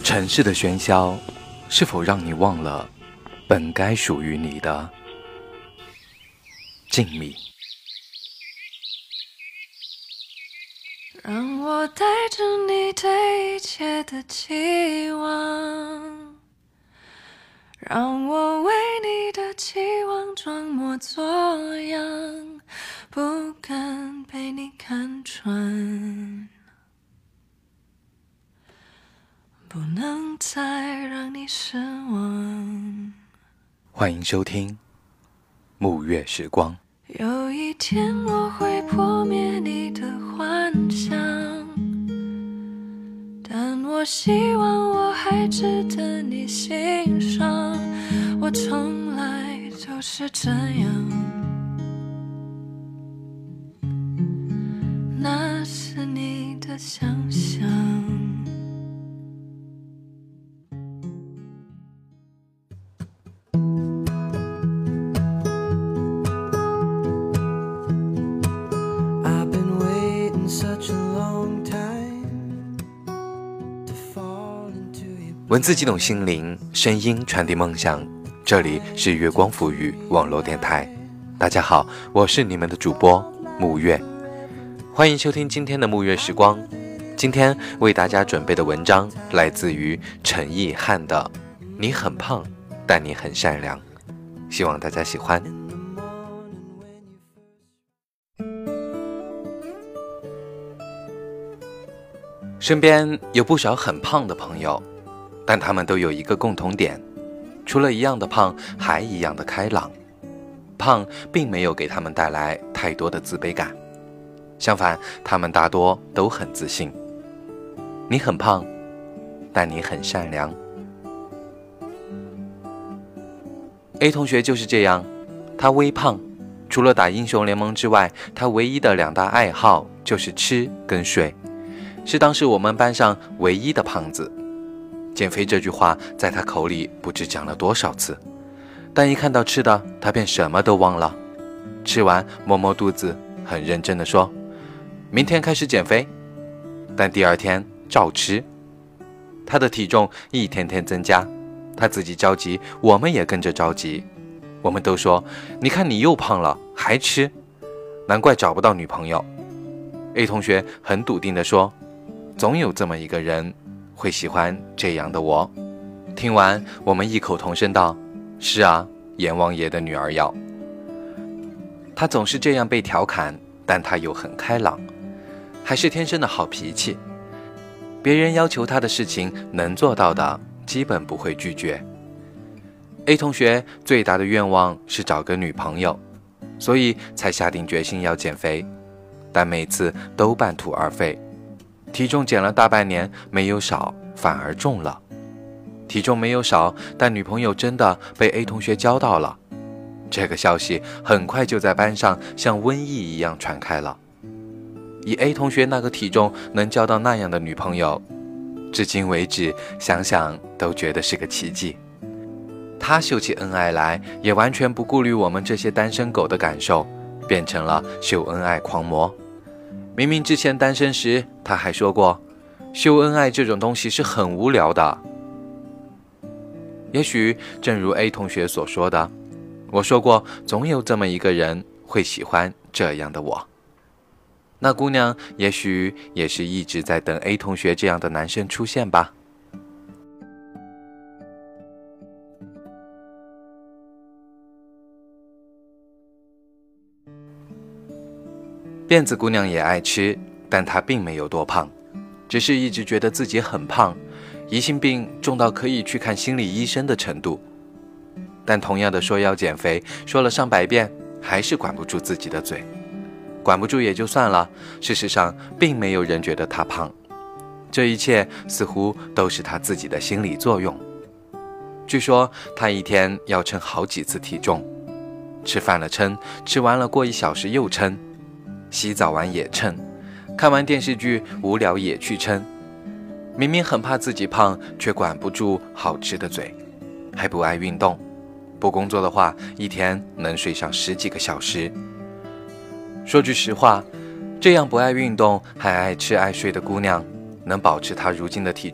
城市的喧嚣是否让你忘了本该属于你的静谧？ 让我带着你对一切的期望，让我为你的期望装模作样，不敢被你看穿，不能再让你失望。 欢迎收听沐月时光。 有一天我会破灭你的幻想，但我希望我还值得你欣赏，我从来就是这样，那是你的想象。 文字激动心灵，声音传递梦想。这里是月光浮语网络电台，大家好，我是你们的主播沐月，欢迎收听今天的沐月时光。今天为大家准备的文章来自于陈意涵的《你很胖，但你很善良》，希望大家喜欢。身边有不少很胖的朋友，但他们都有一个共同点，除了一样的胖，还一样的开朗。胖并没有给他们带来太多的自卑感，相反，他们大多都很自信。你很胖，但你很善良。A 同学就是这样，他微胖，除了打英雄联盟之外，他唯一的两大爱好就是吃跟睡，是当时我们班上唯一的胖子。减肥这句话在他口里不知讲了多少次，但一看到吃的，他便什么都忘了。吃完摸摸肚子，很认真地说，明天开始减肥。但第二天照吃。他的体重一天天增加，他自己着急，我们也跟着着急。我们都说，你看你又胖了还吃，难怪找不到女朋友。 A 同学很笃定地说，总有这么一个人会喜欢这样的我。听完，我们异口同声道，是啊，阎王爷的女儿要。他总是这样被调侃，但他又很开朗，还是天生的好脾气。别人要求他的事情，能做到的基本不会拒绝。 A 同学最大的愿望是找个女朋友，所以才下定决心要减肥，但每次都半途而废，体重减了大半年，没有少，反而重了。体重没有少，但女朋友真的被 A 同学交到了。这个消息很快就在班上像瘟疫一样传开了。以 A 同学那个体重能交到那样的女朋友，至今为止想想都觉得是个奇迹。他秀起恩爱来，也完全不顾虑我们这些单身狗的感受，变成了秀恩爱狂魔。明明之前单身时他还说过，秀恩爱这种东西是很无聊的。也许正如 A 同学所说的，我说过总有这么一个人会喜欢这样的我。那姑娘也许也是一直在等 A 同学这样的男生出现吧。辫子姑娘也爱吃，但她并没有多胖，只是一直觉得自己很胖，疑心病重到可以去看心理医生的程度。但同样的说要减肥，说了上百遍，还是管不住自己的嘴。管不住也就算了，事实上并没有人觉得她胖，这一切似乎都是她自己的心理作用。据说她一天要称好几次体重，吃饭了称，吃完了过1小时又称，洗澡完也称，看完电视剧无聊也去称。明明很怕自己胖，却管不住好吃的嘴，还不爱运动，不工作的话，一天能睡上10几个小时。说句实话，这样不爱运动还爱吃爱睡的姑娘，能保持她如今的体重，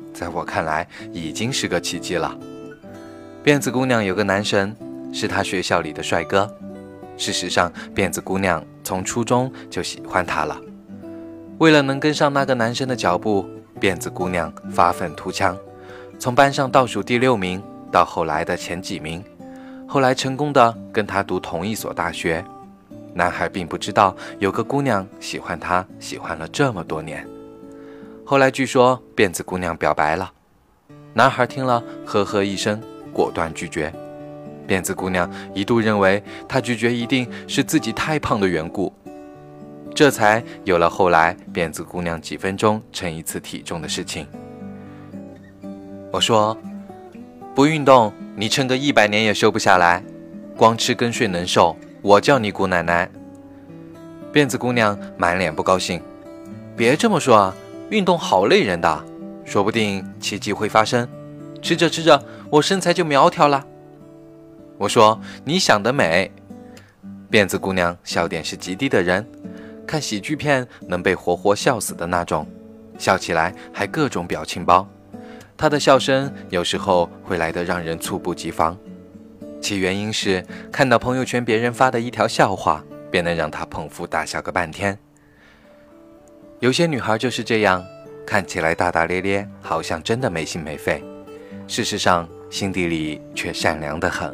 在我看来已经是个奇迹了。辫子姑娘有个男神，是她学校里的帅哥。事实上，辫子姑娘从初中就喜欢他了。为了能跟上那个男生的脚步，辫子姑娘发愤图强，从班上倒数第6名到后来的前几名，后来成功的跟他读同一所大学。男孩并不知道有个姑娘喜欢他，喜欢了这么多年。后来据说辫子姑娘表白了，男孩听了呵呵一声，果断拒绝。辫子姑娘一度认为他拒绝一定是自己太胖的缘故，这才有了后来辫子姑娘几分钟称一次体重的事情。我说，不运动你称个100年也瘦不下来，光吃跟睡能瘦，我叫你姑奶奶。辫子姑娘满脸不高兴，别这么说啊，运动好累人的，说不定奇迹会发生，吃着吃着我身材就苗条了。我说，你想得美。辫子姑娘笑点是极低的人，看喜剧片能被活活笑死的那种，笑起来还各种表情包。她的笑声有时候会来得让人猝不及防，其原因是看到朋友圈别人发的一条笑话，便能让她捧腹大笑个半天。有些女孩就是这样，看起来大大咧咧，好像真的没心没肺，事实上心底里却善良得很。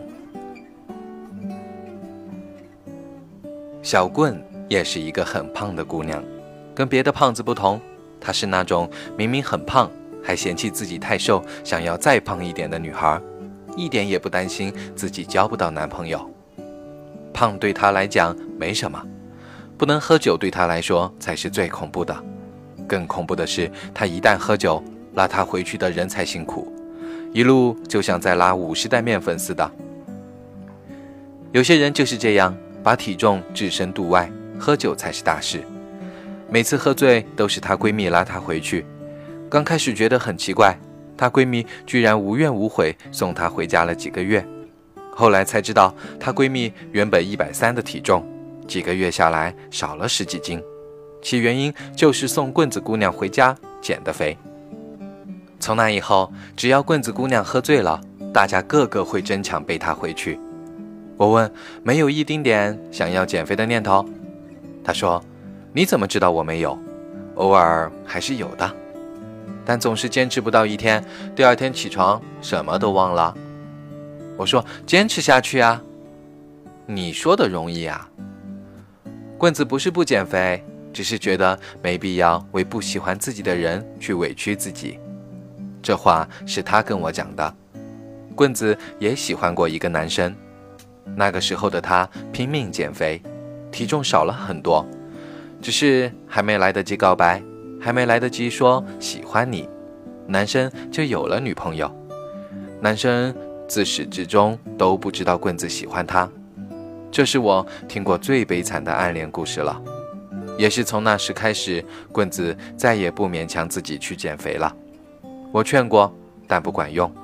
小棍也是一个很胖的姑娘，跟别的胖子不同，她是那种明明很胖还嫌弃自己太瘦，想要再胖一点的女孩，一点也不担心自己交不到男朋友。胖对她来讲没什么，不能喝酒对她来说才是最恐怖的。更恐怖的是，她一旦喝酒，拉她回去的人才辛苦，一路就像在拉50袋面粉似的。有些人就是这样，把体重置身度外，喝酒才是大事。每次喝醉都是她闺蜜拉她回去，刚开始觉得很奇怪，她闺蜜居然无怨无悔送她回家了几个月。后来才知道，她闺蜜原本130的体重，几个月下来少了10几斤，其原因就是送棍子姑娘回家减的肥。从那以后，只要棍子姑娘喝醉了，大家个个会争抢背她回去。我问，没有一丁点想要减肥的念头？她说，你怎么知道我没有？偶尔还是有的，但总是坚持不到1天，第2天起床什么都忘了。我说，坚持下去啊。你说的容易啊。棍子不是不减肥，只是觉得没必要为不喜欢自己的人去委屈自己。这话是他跟我讲的。棍子也喜欢过一个男生，那个时候的他拼命减肥，体重少了很多，只是还没来得及告白，还没来得及说喜欢你，男生就有了女朋友。男生自始至终都不知道棍子喜欢他，这是我听过最悲惨的暗恋故事了。也是从那时开始，棍子再也不勉强自己去减肥了。我劝过，但不管用。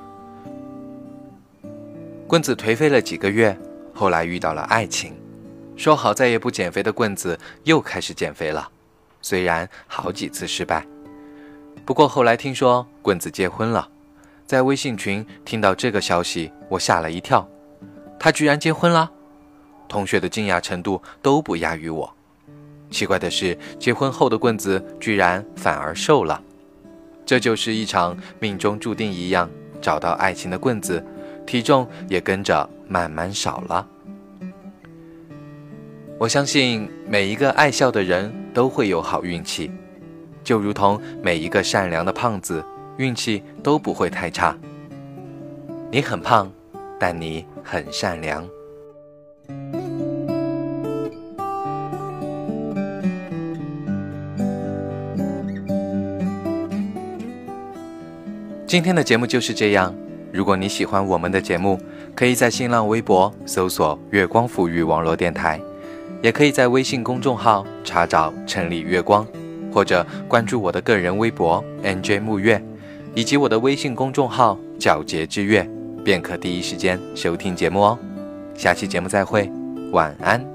棍子颓废了几个月，后来遇到了爱情，说好再也不减肥的棍子又开始减肥了，虽然好几次失败。不过后来听说棍子结婚了，在微信群听到这个消息，我吓了一跳，他居然结婚了。同学的惊讶程度都不亚于我。奇怪的是，结婚后的棍子居然反而瘦了。这就是一场命中注定一样，找到爱情的棍子体重也跟着慢慢少了。我相信每一个爱笑的人都会有好运气，就如同每一个善良的胖子运气都不会太差。你很胖，但你很善良。今天的节目就是这样。如果你喜欢我们的节目，可以在新浪微博搜索月光抚育网络电台，也可以在微信公众号查找城里月光，或者关注我的个人微博 NJ 木月，以及我的微信公众号皎洁之月，便可第一时间收听节目哦。下期节目再会，晚安。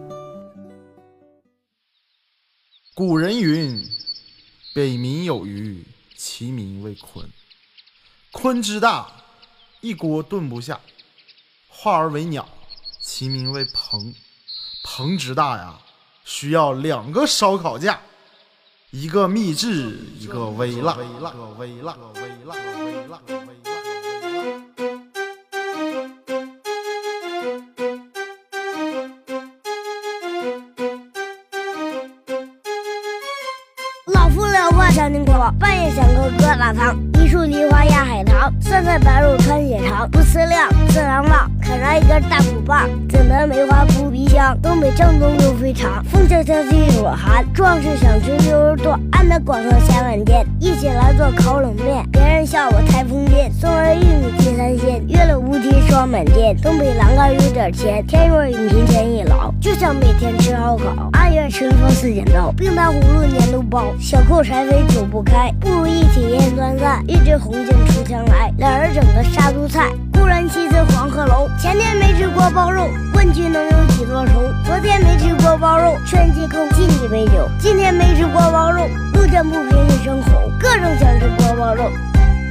古人云：北冥有鱼，其名为鲲。 鲲之大，一锅炖不下。化而为鸟，其名为鹏。鹏之大呀，需要2个烧烤架，一个秘制，一个微辣。 老夫聊发山顶广，半夜想喝疙瘩汤，一树梨花压海棠，酸菜白肉穿血肠，不思量，自然忘，啃上一根大骨棒，怎的梅花扑鼻香，东北正宗牛肥肠，风萧萧兮易躲寒，壮士想吃牛肉段，安得广上下碗店，一起来做烤冷面，别人笑我太疯癫，松儿玉米地三鲜，约了无题双满天，东北栏杆有点钱，天若饮贫钱亦老，就想每天吃烧烤，2月春风似剪刀，冰糖葫芦年都包，小扣柴扉久不开，不如一起烟端散，一支红杏出墙来，2人整个杀猪菜，固然妻子黄鹤楼，前天没吃锅包肉，问君能有几多愁，昨天没吃锅包肉，劝妻更尽一杯酒，今天没吃锅包肉，路见不平一声吼，各种想吃锅包肉。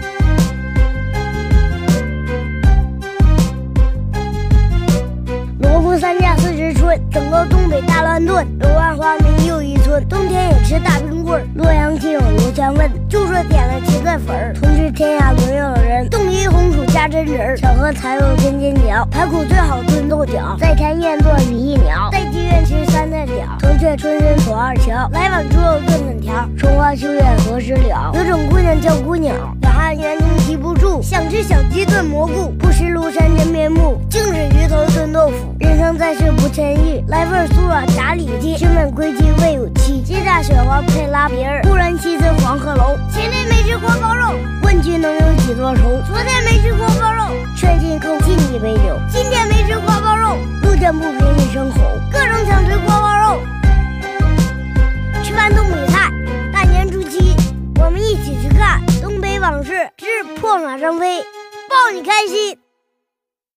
罗浮3驾40春，整个东北大乱炖，柳暗花明又一村，冬天也吃大冰棍，洛阳亲友刘全问，就说点了芹菜粉，同是天下轮有人，冻梨红薯加针仁，小荷柴肉尖尖角，排骨最好炖豆角，在田宴做比翼鸟，在妓院吃3菜饺，城阙春深锁2桥，来碗猪肉炖粉条，春花秋月何时了，有种姑娘叫姑鸟，小汉圆睛提不住，想吃小鸡炖蘑菇，不识庐山真面目，净是鱼头炖豆腐，人生在世不谦虚，来份酥软炸里脊，君问归期未有期，接下雪花配拉皮儿，固然妻子黄鹤楼，前天没吃锅包肉，问君能有几多愁，昨天没吃锅包肉，劝君更尽一杯酒，今天没吃锅包肉，路见不平一声吼，各种想吃锅包肉。吃完东北菜，大年初7我们一起去看东北往事之破马张飞，抱你开心。